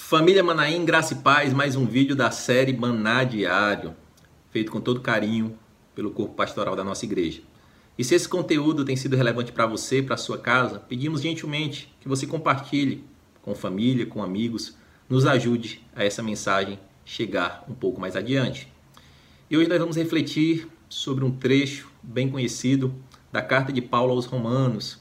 Família Manaim, graça e paz, mais um vídeo da série Maná Diário, feito com todo carinho pelo corpo pastoral da nossa igreja. E se esse conteúdo tem sido relevante para você, para a sua casa, pedimos gentilmente que você compartilhe com família, com amigos, nos ajude a essa mensagem chegar um pouco mais adiante. E hoje nós vamos refletir sobre um trecho bem conhecido da carta de Paulo aos Romanos.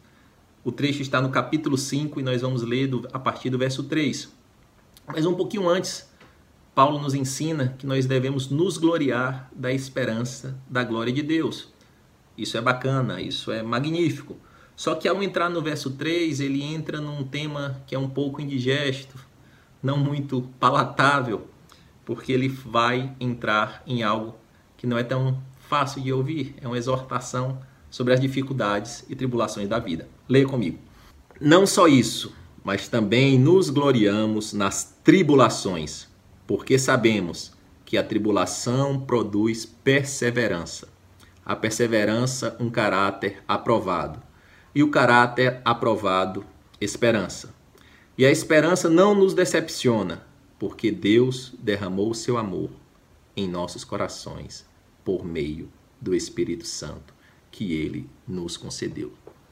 O trecho está no capítulo 5 e nós vamos ler a partir do verso 3. Mas um pouquinho antes, Paulo nos ensina que nós devemos nos gloriar da esperança da glória de Deus. Isso é bacana, isso é magnífico. Só que ao entrar no verso 3, ele entra num tema que é um pouco indigesto, não muito palatável, porque ele vai entrar em algo que não é tão fácil de ouvir. É uma exortação sobre as dificuldades e tribulações da vida. Leia comigo. Não só isso, mas também nos gloriamos nas tribulações, porque sabemos que a tribulação produz perseverança. A perseverança, um caráter aprovado. E o caráter aprovado, esperança. E a esperança não nos decepciona, porque Deus derramou o seu amor em nossos corações por meio do Espírito Santo que Ele nos concedeu.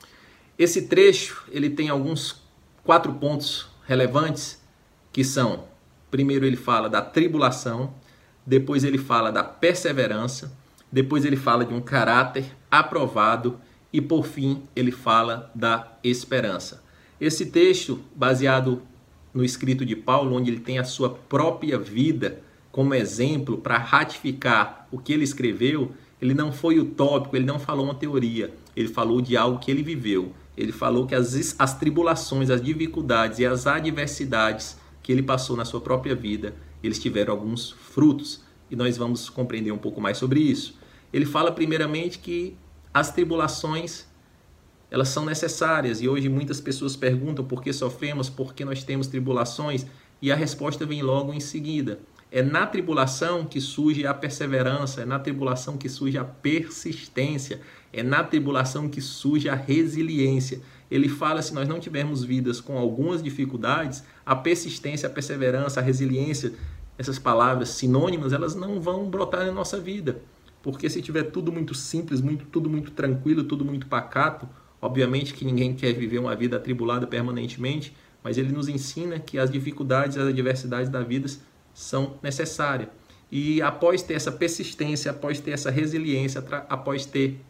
Esse trecho, ele tem alguns 4 pontos relevantes, que são, primeiro ele fala da tribulação, depois ele fala da perseverança, depois ele fala de um caráter aprovado e por fim ele fala da esperança. Esse texto, baseado no escrito de Paulo, onde ele tem a sua própria vida como exemplo para ratificar o que ele escreveu, ele não foi utópico, ele não falou uma teoria, ele falou de algo que ele viveu. Ele falou que as tribulações, as dificuldades e as adversidades que ele passou na sua própria vida, eles tiveram alguns frutos. E nós vamos compreender um pouco mais sobre isso. Ele fala primeiramente que as tribulações, elas são necessárias. E hoje muitas pessoas perguntam por que sofremos, por que nós temos tribulações. E a resposta vem logo em seguida. É na tribulação que surge a perseverança, é na tribulação que surge a persistência, é na tribulação que surge a resiliência. Ele fala, se nós não tivermos vidas com algumas dificuldades, a persistência, a perseverança, a resiliência, essas palavras sinônimas, elas não vão brotar na nossa vida. Porque se tiver tudo muito simples, tudo muito tranquilo, tudo muito pacato, obviamente que ninguém quer viver uma vida atribulada permanentemente, mas ele nos ensina que as dificuldades, as adversidades da vida são necessárias. E após ter essa persistência, após ter essa resiliência, após ter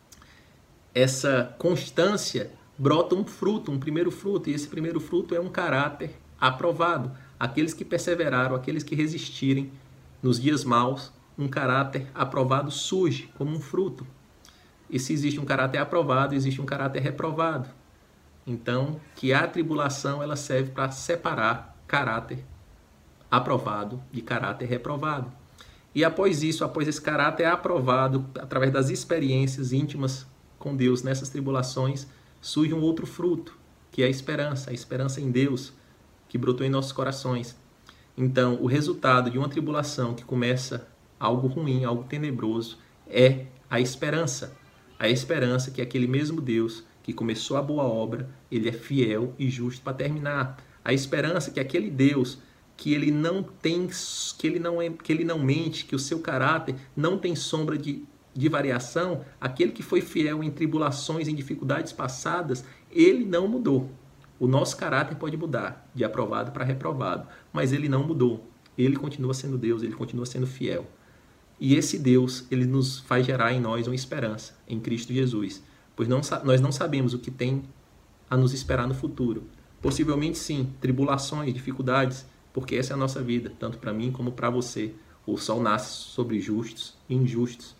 essa constância, brota um fruto, um primeiro fruto. E esse primeiro fruto é um caráter aprovado. Aqueles que perseveraram, aqueles que resistirem nos dias maus, um caráter aprovado surge como um fruto. E se existe um caráter aprovado, existe um caráter reprovado. Então, que a tribulação ela serve para separar caráter aprovado de caráter reprovado. E após isso, após esse caráter aprovado, através das experiências íntimas com Deus nessas tribulações, surge um outro fruto, que é a esperança em Deus, que brotou em nossos corações. Então, o resultado de uma tribulação que começa algo ruim, algo tenebroso, é a esperança. A esperança que aquele mesmo Deus que começou a boa obra, ele é fiel e justo para terminar. A esperança que aquele Deus que ele não tem, que ele não mente, que o seu caráter não tem sombra de variação, aquele que foi fiel em tribulações, em dificuldades passadas, ele não mudou. O nosso caráter pode mudar, de aprovado para reprovado, mas ele não mudou. Ele continua sendo Deus, ele continua sendo fiel. E esse Deus, ele nos faz gerar em nós uma esperança, em Cristo Jesus. Pois nós não sabemos o que tem a nos esperar no futuro. Possivelmente sim, tribulações, dificuldades, porque essa é a nossa vida, tanto para mim como para você. O sol nasce sobre justos e injustos,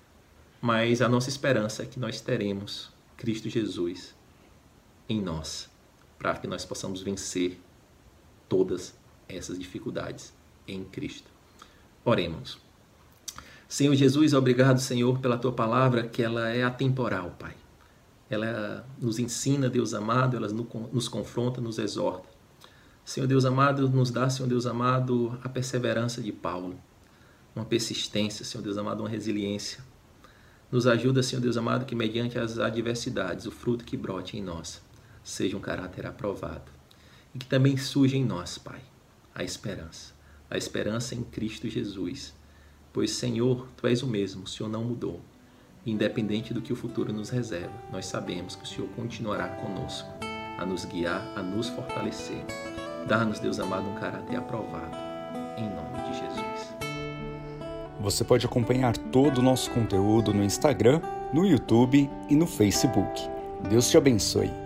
mas a nossa esperança é que nós teremos Cristo Jesus em nós, para que nós possamos vencer todas essas dificuldades em Cristo. Oremos. Senhor Jesus, obrigado, Senhor, pela Tua palavra, que ela é atemporal, Pai. Ela nos ensina, Deus amado, ela nos confronta, nos exorta. Senhor Deus amado, nos dá, Senhor Deus amado, a perseverança de Paulo, uma persistência, Senhor Deus amado, uma resiliência. Nos ajuda, Senhor Deus amado, que mediante as adversidades, o fruto que brote em nós seja um caráter aprovado. E que também surja em nós, Pai, A esperança em Cristo Jesus. Pois, Senhor, Tu és o mesmo, o Senhor não mudou. Independente do que o futuro nos reserva, nós sabemos que o Senhor continuará conosco, a nos guiar, a nos fortalecer. Dá-nos, Deus amado, um caráter aprovado, em nome de Jesus. Você pode acompanhar todo o nosso conteúdo no Instagram, no YouTube e no Facebook. Deus te abençoe.